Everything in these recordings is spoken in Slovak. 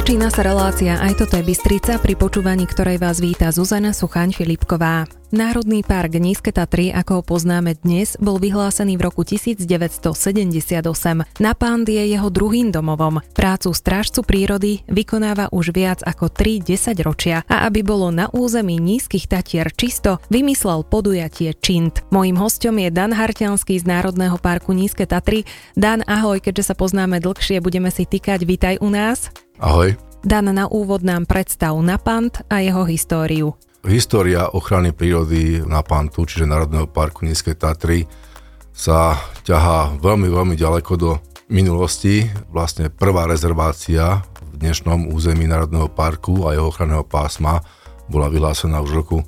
Začína sa relácia Aj toto je Bystrica, pri počúvaní ktorej vás víta Zuzana Suchaň-Filipková. Národný park Nízke Tatry, ako ho poznáme dnes, bol vyhlásený v roku 1978. Napánd je jeho druhým domovom. Prácu strážcu prírody vykonáva už viac ako 3 ročia a aby bolo na území Nízkych Tatier čisto, vymyslel podujatie Čint. Mojím hosťom je Dan Harťanský z Národného parku Nízke Tatry. Dan, ahoj, keďže sa poznáme dlhšie, budeme si tykať. Vitaj u nás. Ahoj. Dan, na úvod nám predstav Napánd a jeho históriu. História ochrany prírody Napandu, čiže Národného parku Nízke Tatry, sa ťahá veľmi, veľmi ďaleko do minulosti. Vlastne prvá rezervácia v dnešnom území Národného parku a jeho ochranného pásma bola vyhlásená už v roku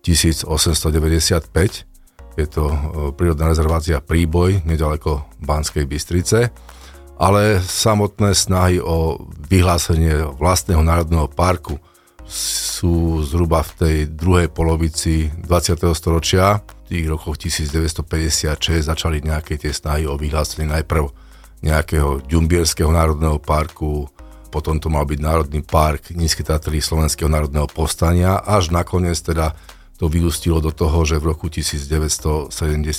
1895. Je to prírodná rezervácia Príboj, nedaleko Banskej Bystrice. Ale samotné snahy o vyhlásenie vlastného národného parku sú zhruba v tej druhej polovici 20. storočia. V tých rokoch 1956 začali nejaké tie snahy o vyhlásenie najprv nejakého Ďumbierského národného parku, potom to mal byť Národný park Nízke Tatry Slovenského národného povstania, až nakoniec teda to vyústilo do toho, že v roku 1978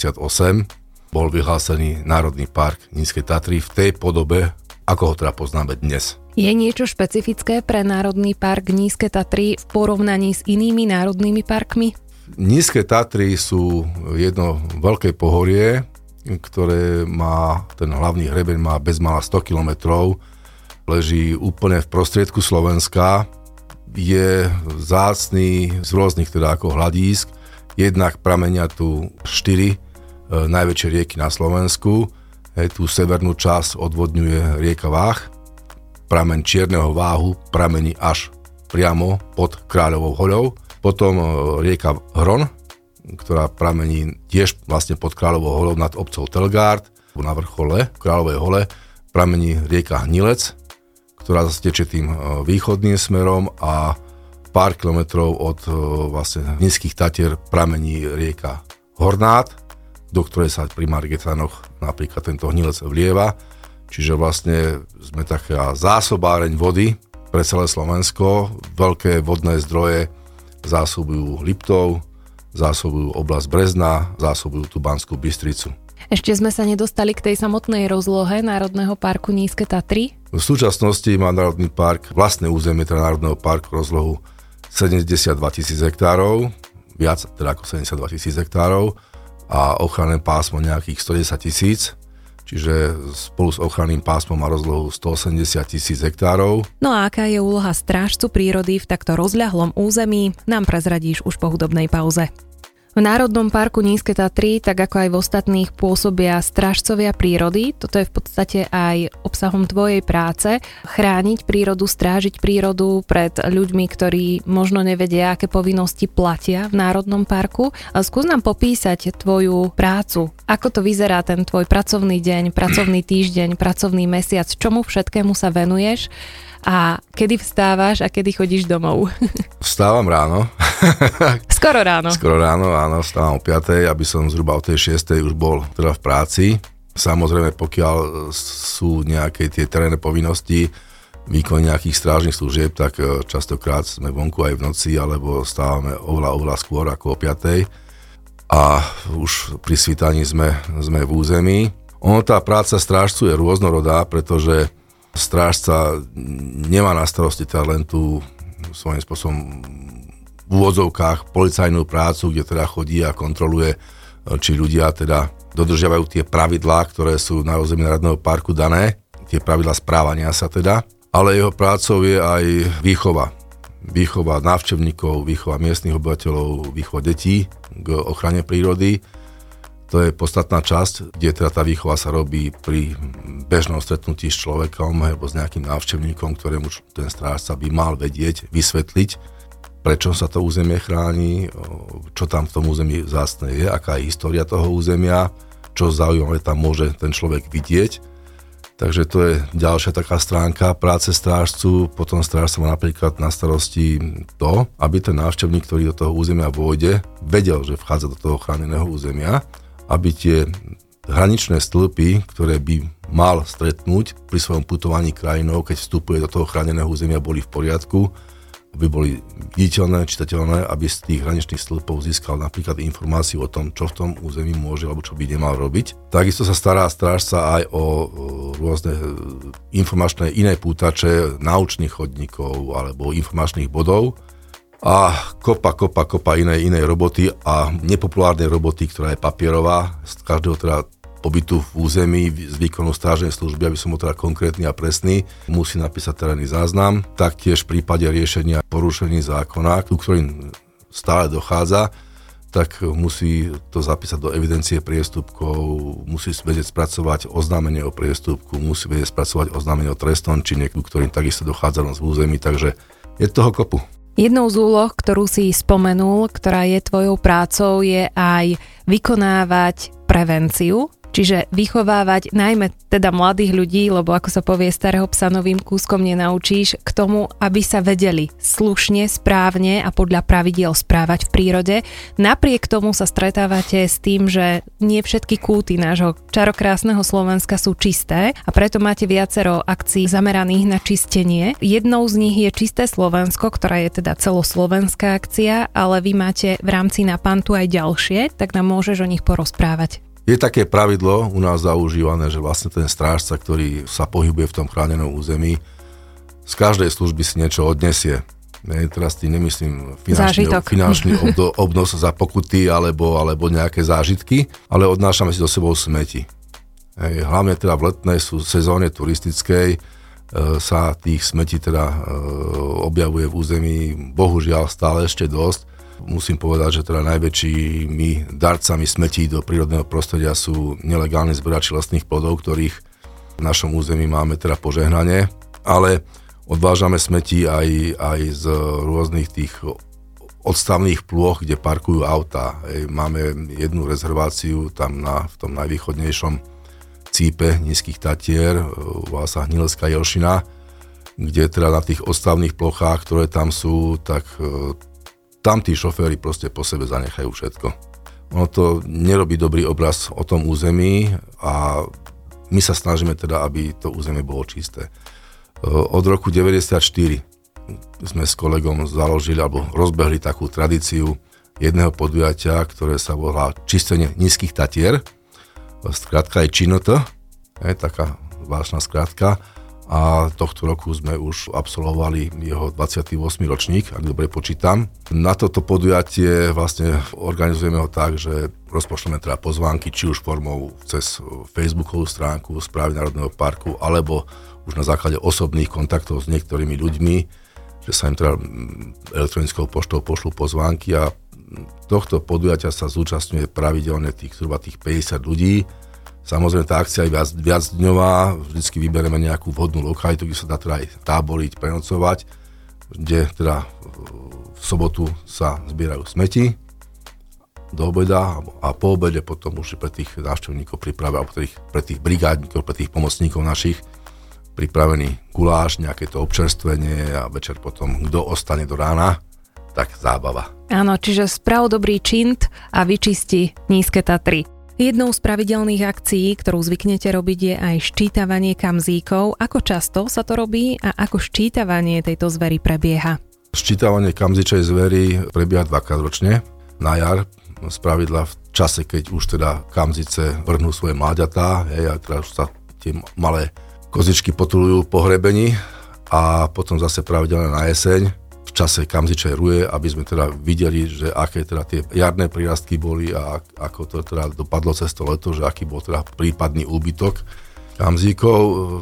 bol vyhlásený Národný park Nízke Tatry v tej podobe, ako ho teda poznáme dnes. Je niečo špecifické pre Národný park Nízke Tatry v porovnaní s inými národnými parkmi? Nízke Tatry sú jedno veľké pohorie, ktoré má, ten hlavný hrebeň má bezmála 100 kilometrov, leží úplne v prostriedku Slovenska, je vzácny z rôznych teda ako hľadísk, jednak pramenia tu 4 najväčšie rieky na Slovensku, tú severnú časť odvodňuje rieka Váh, prameň Čierneho Váhu pramení až priamo pod Kráľovou hoľou. Potom rieka Hron, ktorá pramení tiež vlastne pod Kráľovou hoľou nad obcov Telgard. Na vrchole Kráľovej hole pramení rieka Hnilec, ktorá teče tým východným smerom a pár kilometrov od vlastne Nízkych Tatier pramení rieka Hornát, do ktorej sa pri Margetanoch napríklad tento Hnilec vlieva. Čiže vlastne sme taká zásobáreň vody pre celé Slovensko. Veľké vodné zdroje zásobujú Liptov, zásobujú oblasť Brezna, zásobujú tú Banskú Bystricu. Ešte sme sa nedostali k tej samotnej rozlohe Národného parku Nízke Tatry. V súčasnosti má Národný park vlastné územie teda Národného parku rozlohu 72 000 hektárov, viac teda ako 72 000 hektárov a ochranné pásmo nejakých 110 000. Čiže spolu s ochranným pásmom má rozlohu 180 000 hektárov. No a aká je úloha strážcu prírody v takto rozľahlom území, nám prezradíš už po hudobnej pauze. V Národnom parku Nízke Tatry, tak ako aj v ostatných, pôsobia strážcovia prírody. Toto je v podstate aj obsahom tvojej práce. Chrániť prírodu, strážiť prírodu pred ľuďmi, ktorí možno nevedia, aké povinnosti platia v Národnom parku. Skús nám popísať tvoju prácu. Ako to vyzerá ten tvoj pracovný deň, pracovný týždeň, pracovný mesiac? Čomu všetkému sa venuješ? A kedy vstávaš a kedy chodíš domov? Vstávam ráno. Skoro ráno. Skoro ráno, áno, vstávam o 5:00, aby som zhruba o tej 6:00 už bol teda v práci. Samozrejme, pokiaľ sú nejaké tie terénne povinnosti, výkon nejakých strážnych služieb, tak častokrát sme vonku aj v noci, alebo vstávame oveľa skôr ako o 5:00. A už pri svítaní sme v území. Tá práca strážcu je rôznorodá, pretože strážca nemá na starosti teda len tú svojím spôsobom v úvodzovkách policajnú prácu, kde teda chodí a kontroluje, či ľudia teda dodržiavajú tie pravidlá, ktoré sú na území Národného parku dané, tie pravidlá správania sa teda, ale jeho prácou je aj výchova. Výchova návštevníkov, výchova miestnych obyvateľov, výchova detí k ochrane prírody. To je podstatná časť, kde teda tá výchova sa robí pri bežnom stretnutí s človekom alebo s nejakým návštevníkom, ktorému ten strážca by mal vedieť, vysvetliť, prečo sa to územie chráni, čo tam v tom území vzácne je, aká je história toho územia, čo zaujímavé tam môže ten človek vidieť. Takže to je ďalšia taká stránka práce strážcu. Potom strážca má napríklad na starosti to, aby ten návštevník, ktorý do toho územia vôjde, vedel, že vchádza do toho chráneného územia, aby tie hraničné stĺpy, ktoré by mal stretnúť pri svojom putovaní krajinou, keď vstupuje do toho chráneného územia, boli v poriadku, aby boli viditeľné, čitateľné, aby z tých hraničných stĺpov získal napríklad informáciu o tom, čo v tom území môže alebo čo by nemal robiť. Takisto sa stará strážca aj o rôzne informačné iné pútače, naučných chodníkov alebo informačných bodov a kopa inej roboty a nepopulárnej roboty, ktorá je papierová, z každého teda pobytu v území z výkonu strážnej služby, aby som bol teda konkrétny a presný, musí napísať terénny záznam. Taktiež v prípade riešenia porušení zákona, ku ktorým stále dochádza, tak musí to zapísať do evidencie priestupkov, musí vedieť spracovať oznámenie o priestupku, musí vedieť spracovať oznámenie o trestnom čine, ku ktorým takisto dochádza v území, takže je toho kopu. Jednou z úloh, ktorú si spomenul, ktorá je tvojou prácou, je aj vykonávať prevenciu. Čiže vychovávať najmä teda mladých ľudí, lebo ako sa povie, starého psa novým kúskom nenaučíš, k tomu, aby sa vedeli slušne, správne a podľa pravidiel správať v prírode. Napriek tomu sa stretávate s tým, že nie všetky kúty nášho čarokrásneho Slovenska sú čisté a preto máte viacero akcií zameraných na čistenie. Jednou z nich je Čisté Slovensko, ktorá je teda celoslovenská akcia, ale vy máte v rámci Napantu aj ďalšie, tak nám môžeš o nich porozprávať. Je také pravidlo u nás zaužívané, že vlastne ten strážca, ktorý sa pohybuje v tom chránenom území, z každej služby si niečo odnesie. Teraz tým nemyslím finančný obnos za pokuty alebo nejaké zážitky, ale odnášame si do sebou smeti. Hlavne teda v letnej sezóne turistickej sa tých smetí teda objavuje v území bohužiaľ stále ešte dosť. Musím povedať, že teda najväčšími darcami smetí do prírodného prostredia sú nelegálni zberači lesných plodov, ktorých v našom území máme teda požehnanie, ale odvážame smetí aj z rôznych tých odstavných plôch, kde parkujú autá. Máme jednu rezerváciu tam v tom najvýchodnejšom cípe Nízkych Tatier, volá sa Hnilská Jelšina, kde teda na tých odstavných plochách, ktoré tam sú, tak tam tí šoféri proste po sebe zanechajú všetko. Ono to nerobí dobrý obraz o tom území a my sa snažíme teda, aby to územie bolo čisté. Od roku 1994 sme s kolegom založili alebo rozbehli takú tradíciu jedného podujatia, ktoré sa volá Čistenie Nízkych Tatier. Skratka je ČINT, taká zvláštna skratka. A tohto roku sme už absolvovali jeho 28. ročník, ak dobre počítam. Na toto podujatie vlastne organizujeme ho tak, že rozpošleme teda pozvánky, či už formou cez Facebookovú stránku Správy Národného parku, alebo už na základe osobných kontaktov s niektorými ľuďmi, že sa im teda elektronickou poštou pošlú pozvánky a tohto podujatia sa zúčastňuje pravidelne zhruba tých 50 ľudí. Samozrejme, tá akcia je viacdňová, vždycky vyberieme nejakú vhodnú lokalitu, kde sa dá teda aj táboriť, prenocovať, kde teda v sobotu sa zbierajú smeti do obeda a po obede potom už pre tých návštevníkov pripravia, alebo pre tých brigádnikov, pre tých pomocníkov našich pripravený guláš, nejaké to občerstvenie a večer potom, kto ostane do rána, tak zábava. Áno, čiže sprav dobrý čint a vyčisti Nízke Tatry. Jednou z pravidelných akcií, ktorú zvyknete robiť, je aj ščítavanie kamzíkov. Ako často sa to robí a ako ščítavanie tejto zvery prebieha? Ščítavanie kamzičej zvery prebieha 2-krát ročne. Na jar, spravidla v čase, keď už teda kamzice vrhnú svoje mláďatá, a teda už sa tie malé kozičky potulujú po hrebení a potom zase pravidelne na jeseň v čase kamzičej ruje, aby sme teda videli, že aké teda tie jarné prírastky boli a ako to teda dopadlo cez to leto, že aký bol teda prípadný úbytok kamzíkov.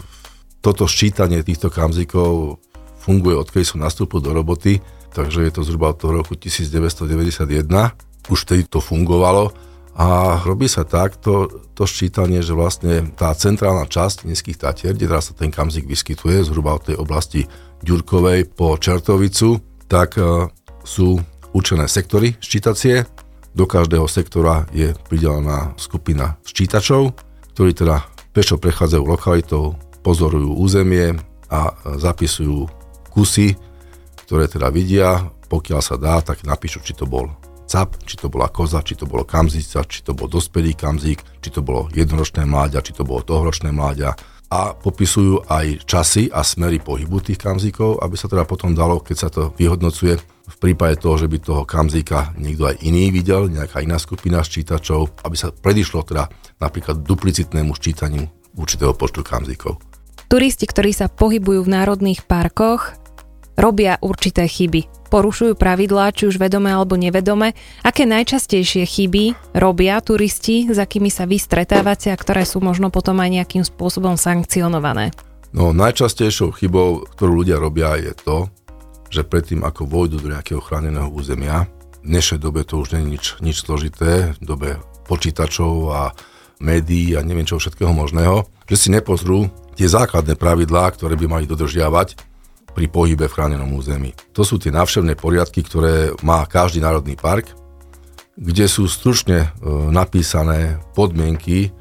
Toto ščítanie týchto kamzíkov funguje, odkedy som nastúpil do roboty, takže je to zhruba od toho roku 1991. Už vtedy to fungovalo a robí sa takto to ščítanie, že vlastne tá centrálna časť Nízkych Tatier, kde teraz sa ten kamzík vyskytuje, zhruba od tej oblasti Ďurkovej po Čertovicu, tak sú určené sektory ščítacie. Do každého sektora je pridelená skupina ščítačov, ktorí teda pešo prechádzajú lokalitou, pozorujú územie a zapisujú kusy, ktoré teda vidia. Pokiaľ sa dá, tak napíšu, či to bol cap, či to bola koza, či to bolo kamzica, či to bol dospelý kamzík, či to bolo jednoročné mláďa, či to bolo tohoročné mláďa. A popisujú aj časy a smery pohybu tých kamzíkov, aby sa teda potom dalo, keď sa to vyhodnocuje, v prípade toho, že by toho kamzíka niekto aj iný videl, nejaká iná skupina ščítačov, aby sa predišlo teda napríklad duplicitnému ščítaniu určitého počtu kamzíkov. Turisti, ktorí sa pohybujú v národných parkoch, robia určité chyby. Porušujú pravidlá, či už vedome alebo nevedome. Aké najčastejšie chyby robia turisti, s akými sa vy stretávate a ktoré sú možno potom aj nejakým spôsobom sankcionované? No, najčastejšou chybou, ktorú ľudia robia, je to, že predtým, ako vojdu do nejakého chráneného územia, v dnešnej dobe to už nie je nič zložité, v dobe počítačov a médií a neviem čo všetkého možného, že si nepozrú tie základné pravidlá, ktoré by mali dodržiavať pri pohybe v chránenom území. To sú tie návštevné poriadky, ktoré má každý národný park, kde sú stručne napísané podmienky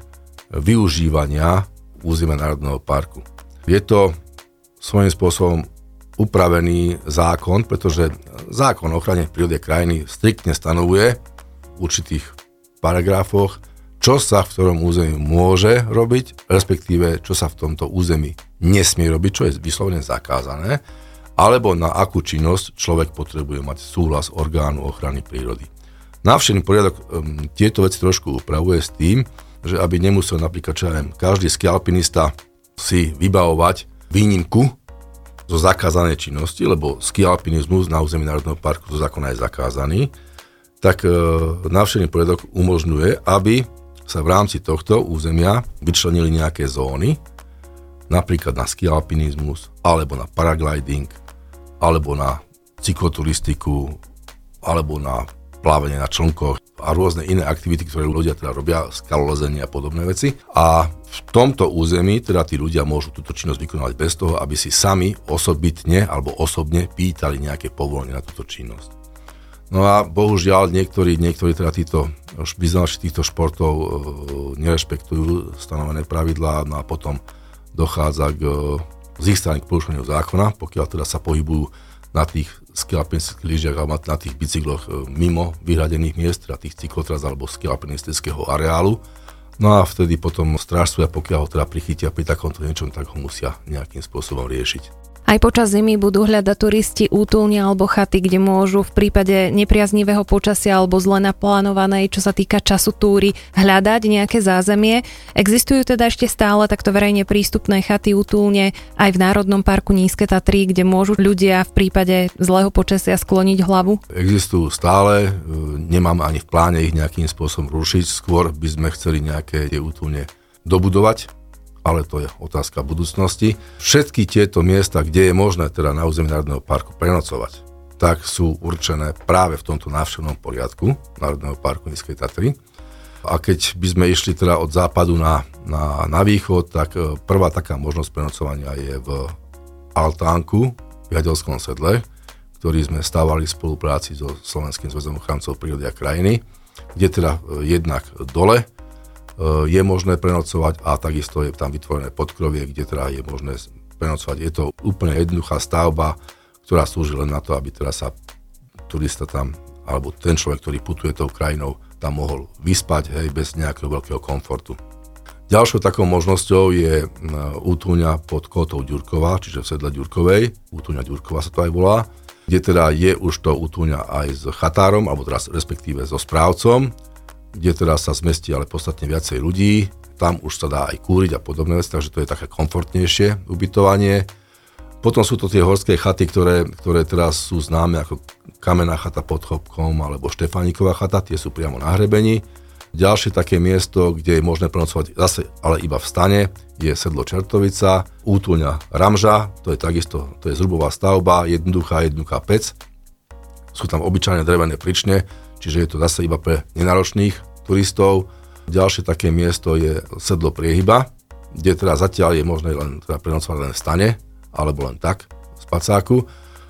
využívania územia národného parku. Je to svojím spôsobom upravený zákon, pretože zákon o ochrane prírody krajiny striktne stanovuje v určitých paragrafoch, čo sa v ktorom území môže robiť, respektíve čo sa v tomto území nesmie robiť, čo je vyslovene zakázané, alebo na akú činnosť človek potrebuje mať súhlas orgánu ochrany prírody. Návštevný poriadok tieto veci trošku upravuje s tým, že aby nemusel napríklad každý skialpinista si vybavovať výnimku zo zakázanej činnosti, lebo skialpinizmus na území národného parku zo zákona je zakázaný, tak návštevný poriadok umožňuje, aby sa v rámci tohto územia vyčlenili nejaké zóny, napríklad na skialpinizmus, alebo na paragliding, alebo na cykloturistiku, alebo na plávanie na člnkoch a rôzne iné aktivity, ktoré ľudia teda robia, skalolezenie a podobné veci. A v tomto území teda tí ľudia môžu túto činnosť vykonávať bez toho, aby si sami osobitne alebo osobne pýtali nejaké povolenie na túto činnosť. No a bohužiaľ niektorí teda títo vyznavači týchto športov nerešpektujú stanovené pravidlá, no a potom dochádza z ich strany k porušeniu zákona, pokiaľ teda sa pohybujú na tých skialpinistických lyžiach alebo na tých bicykloch mimo vyhradených miest, teda tých cyklotras alebo skialpinistického areálu. No a vtedy potom strážcovia, pokiaľ ho teda prichytia pri takomto niečom, tak ho musia nejakým spôsobom riešiť. Aj počas zimy budú hľadať turisti útulne alebo chaty, kde môžu v prípade nepriaznivého počasia alebo zle naplánovanej, čo sa týka času túry, hľadať nejaké zázemie. Existujú teda ešte stále takto verejne prístupné chaty útulne aj v Národnom parku Nízke Tatry, kde môžu ľudia v prípade zlého počasia skloniť hlavu? Existujú stále, nemáme ani v pláne ich nejakým spôsobom rušiť, skôr by sme chceli nejaké útulne dobudovať, ale to je otázka budúcnosti. Všetky tieto miesta, kde je možné teda na území Národného parku prenocovať, tak sú určené práve v tomto návštevnom poriadku Národného parku Nízkej Tatry. A keď by sme išli teda od západu na východ, tak prvá taká možnosť prenocovania je v altánku v Jadelskom sedle, ktorý sme stavali v spolupráci so Slovenským zväzom ochrancov prírody a krajiny, kde teda jednak dole je možné prenocovať a takisto je tam vytvorené podkrovie, kde teda je možné prenocovať. Je to úplne jednoduchá stavba, ktorá slúži len na to, aby teda sa turista tam, alebo ten človek, ktorý putuje tou krajinou, tam mohol vyspať, bez nejakého veľkého komfortu. Ďalšou takou možnosťou je útulňa pod Kótou Ďurková, čiže v sedle Ďurkovej, útulňa Ďurková sa to aj volá, kde teda je už to útulňa aj s chatárom, alebo teraz respektíve so správcom, kde teda sa zmestí ale podstatne viacej ľudí, tam už sa dá aj kúriť a podobné veci, takže to je také komfortnejšie ubytovanie. Potom sú to tie horské chaty, ktoré teraz sú známe ako Kamenná chata pod Chopkom alebo Štefániková chata, tie sú priamo na hrebení. Ďalšie také miesto, kde je možné prenocovať zase ale iba v stane, je sedlo Čertovica, útulňa Ramža, to je zrubová stavba, jednoduchá pec. Sú tam obyčajné drevené prične, čiže je to zase iba pre nenáročných turistov. Ďalšie také miesto je sedlo Priehyba, kde teda zatiaľ je možné len teda prenocovať len v stane, alebo len tak, v spacáku.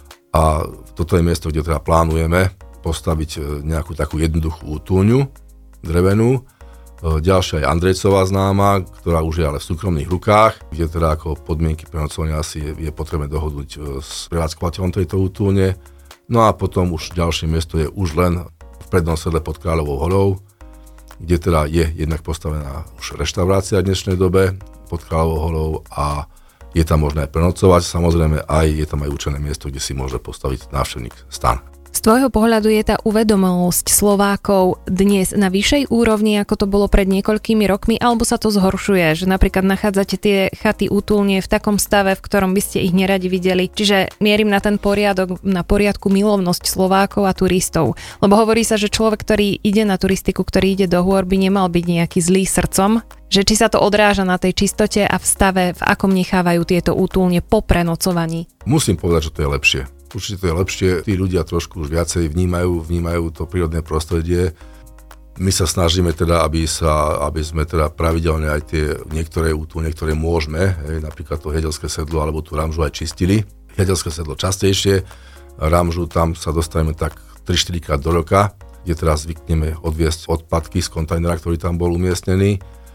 A toto je miesto, kde teda plánujeme postaviť nejakú takú jednoduchú útulňu, drevenú. Ďalšia je Andrejcová známa, ktorá už je ale v súkromných rukách, kde teda ako podmienky prenocovania asi je potrebné dohodnúť s prevádzkovateľom tejto útulne. No a potom už ďalšie miesto je už len v prednom sedle pod Kráľovou horou, kde teda je jednak postavená už reštaurácia v dnešnej dobe pod Kráľovou horou a je tam možné aj prenocovať, samozrejme je tam aj určené miesto, kde si môže postaviť návštevník stan. Z tvojho pohľadu je tá uvedomosť Slovákov dnes na vyššej úrovni, ako to bolo pred niekoľkými rokmi, alebo sa to zhoršuje, že napríklad nachádzate tie chaty útulne v takom stave, v ktorom by ste ich neradi videli. Čiže mierim na ten poriadok, na poriadku milovnosť Slovákov a turistov. Lebo hovorí sa, že človek, ktorý ide na turistiku, ktorý ide do hôr, by nemal byť nejaký zlý srdcom, že či sa to odráža na tej čistote a v stave, v akom nechávajú tieto útulne po prenocovaní. Musím povedať, že to je lepšie. Určite to je lepšie, tí ľudia trošku už viacej vnímajú to prírodné prostredie. My sa snažíme teda, aby sme teda pravidelne aj tie niektoré útulne, ktoré môžeme, napríklad to Hedelské sedlo alebo tú Ramžu aj čistili. Hedelské sedlo častejšie, Ramžu tam sa dostaneme tak 3-4 krát do roka, kde teraz zvykneme odviesť odpadky z kontajnera, ktorý tam bol umiestnený.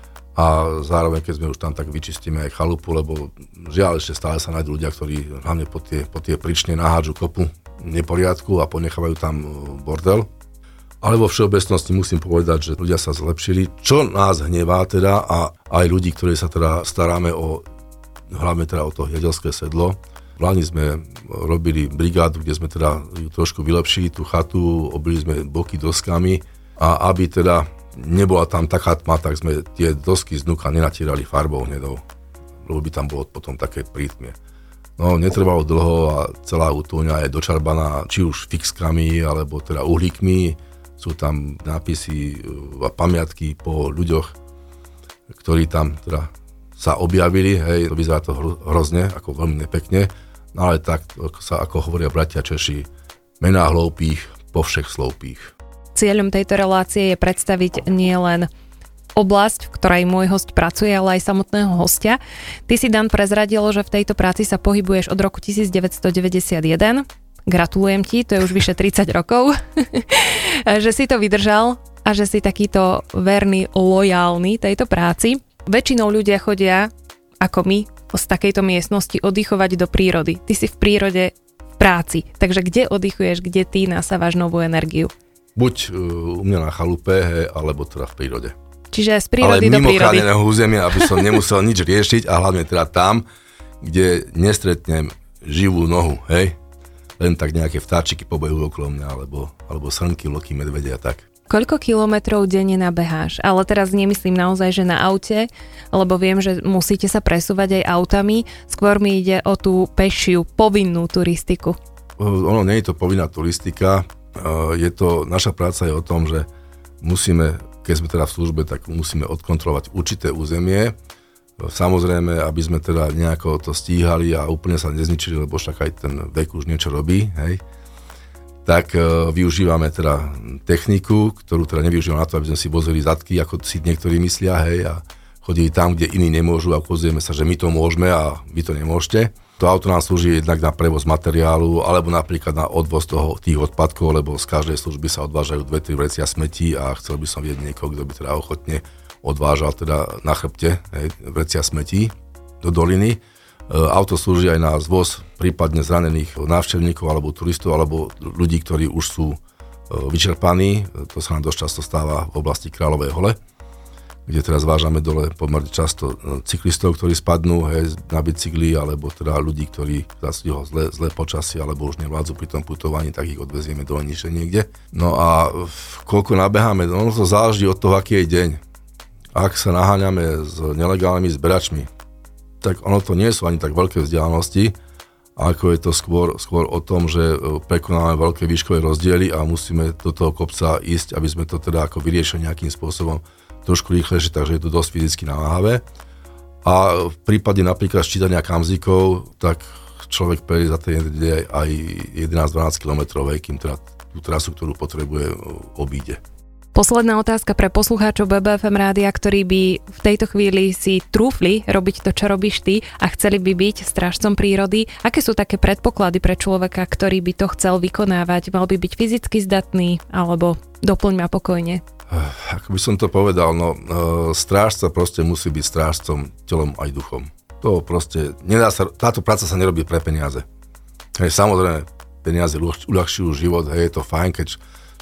A zároveň, keď sme už tam, tak vyčistíme aj chalupu, lebo žiaľ ešte stále sa nájdú ľudia, ktorí hlavne po tie príčne nahádžu kopu neporiadku a ponechávajú tam bordel. Ale vo všeobecnosti musím povedať, že ľudia sa zlepšili, čo nás hnevá teda a aj ľudí, ktorí sa teda staráme hlavne teda o to Hedelské sedlo. V Lani sme robili brigádu, kde sme teda ju trošku vylepšili, tú chatu, obili sme boky doskami a aby teda nebola tam taká tma, tak sme tie dosky z nuka nenatierali farbou hnedou, lebo by tam bolo potom také prítmie. No, netrvalo dlho a celá útulňa je dočarbaná, či už fixkami, alebo teda uhlíkmi. Sú tam nápisy a pamiatky po ľuďoch, ktorí tam teda sa objavili, hej, vyzerá to hrozne, ako veľmi nepekne, no ale tak, ako hovoria bratia Češi, mená hlúpých, povšech sloupých. Cieľom tejto relácie je predstaviť nielen oblasť, v ktorej môj host pracuje, ale aj samotného hostia. Ty si, Dan, prezradil, že v tejto práci sa pohybuješ od roku 1991. Gratulujem ti, to je už vyše 30 rokov, že si to vydržal a že si takýto verný, lojálny tejto práci. Väčšinou ľudia chodia, ako my, z takejto miestnosti oddychovať do prírody. Ty si v prírode v práci, takže kde oddychuješ, kde ty nasávaš novú energiu? Buď u mňa na chalupe, alebo teda v prírode. Čiže z prírody do prírody. Ale mimo chráneného územia, aby som nemusel nič riešiť a hlavne teda tam, kde nestretnem živú nohu, hej. Len tak nejaké vtáčiky pobehujú okolo mňa, alebo srnky, vlky, medvede a tak. Koľko kilometrov denne nabeháš? Ale teraz nemyslím naozaj, že na aute, lebo viem, že musíte sa presúvať aj autami. Skôr mi ide o tú pešiu, povinnú turistiku. Ono nie je to povinná turistika. Naša práca je o tom, že musíme, keď sme teda v službe, tak musíme odkontrolovať určité územie. Samozrejme, aby sme teda nejako to stíhali a úplne sa nezničili, lebo však aj ten vek už niečo robí, hej. Tak využívame teda techniku, ktorú teda nevyužívame na to, aby sme si vozili zadky, ako si niektorí myslia, hej, a chodili tam, kde iní nemôžu a ukazujeme sa, že my to môžeme a vy to nemôžete. To auto nám slúži jednak na prevoz materiálu, alebo napríklad na odvoz tých odpadkov, lebo z každej služby sa odvážajú 2-3 vrecia smetí a chcel by som vidieť niekoho, kto by teda ochotne odvážal teda na chrbte vrecia smetí do doliny. Auto slúži aj na zvoz prípadne zranených návštevníkov alebo turistov, alebo ľudí, ktorí už sú vyčerpaní. To sa nám dosť často stáva v oblasti Kráľovej hole, kde teraz vážame dole pomerne často cyklistov, ktorí spadnú na bicykli, alebo teda ľudí, ktorí zase zlé počasie, alebo už nevládzu pri tom putovaní, tak ich odvezieme dole nižšie niekde. No a koľko nabeháme, no to záleží od toho, aký je deň. Ak sa naháňame s nelegálnymi zberačmi, tak ono to nie sú ani tak veľké vzdialenosti, ako je to skôr o tom, že prekonáme veľké výškové rozdiely a musíme do toho kopca ísť, aby sme to teda ako vyriešili nejakým spôsobom trošku rýchlejšie, takže je to dosť fyzicky namáhavé. A v prípade napríklad ščítania kamzíkov, tak človek prejde za ten deň aj 11-12 km, kým teda tú trasu, ktorú potrebuje, obíde. Posledná otázka pre poslucháčov BBFM rádia, ktorí by v tejto chvíli si trúfli robiť to, čo robíš ty a chceli by byť strážcom prírody. Aké sú také predpoklady pre človeka, ktorý by to chcel vykonávať? Mal by byť fyzicky zdatný, alebo doplň ma pokojne? Ako by som to povedal, strážca proste musí byť strážcom telom aj duchom. To proste, táto práca sa nerobí pre peniaze. Samozrejme, peniaze uľahčujú život, je to fajn, keď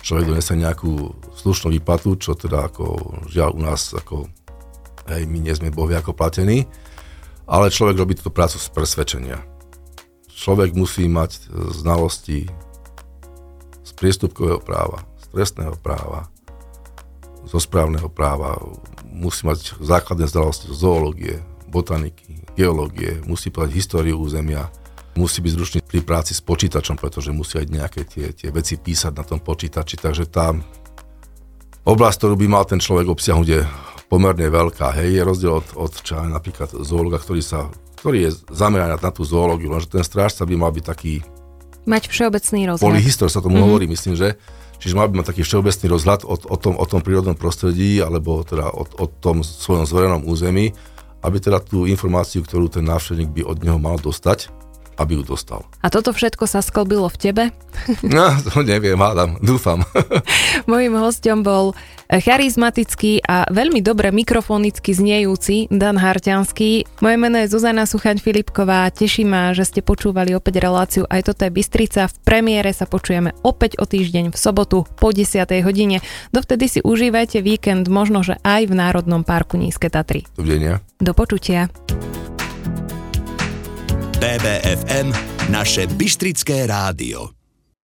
človek donese nejakú slušnú výplatu, čo teda ako žiaľ u nás ako my nie sme bohvie ako platení, ale človek robí túto prácu z presvedčenia. Človek musí mať znalosti z priestupkového práva, z trestného práva, zo správneho práva, musí mať základné znalosti z zoológie, botaniky, geológie, musí povedať históriu územia, musí byť zručný pri práci s počítačom, pretože musí aj nejaké tie veci písať na tom počítači. Takže tá oblasť, ktorú by mal ten človek obsiahnuť, je pomerne veľká. Hej, je rozdiel od napríklad zoológa, ktorý je zameraný na tú zoológiu, lenže ten strážca by mal byť taký... Mať všeobecný rozhľad. Polyhistor sa tomu hovorí, myslím, že. Čiže mal by mať taký všeobecný rozhľad o tom prírodnom prostredí, alebo teda o tom svojom zverenom území, aby teda tú informáciu, ktorú ten návštevník by od neho mal dostať, aby ju dostal. A toto všetko sa sklbilo v tebe? No, to neviem, hádam, dúfam. Mojím hosťom bol charizmatický a veľmi dobre mikrofonicky znejúci Dan Harťanský. Moje meno je Zuzana Suchaň-Filipková. Teší ma, že ste počúvali opäť reláciu Aj toto je Bystrica. V premiére sa počujeme opäť o týždeň v sobotu po 10. hodine. Dovtedy si užívajte víkend, možno že aj v Národnom parku Nízke Tatry. Dovidenia. Do počutia. BBFM, naše bystrické rádio.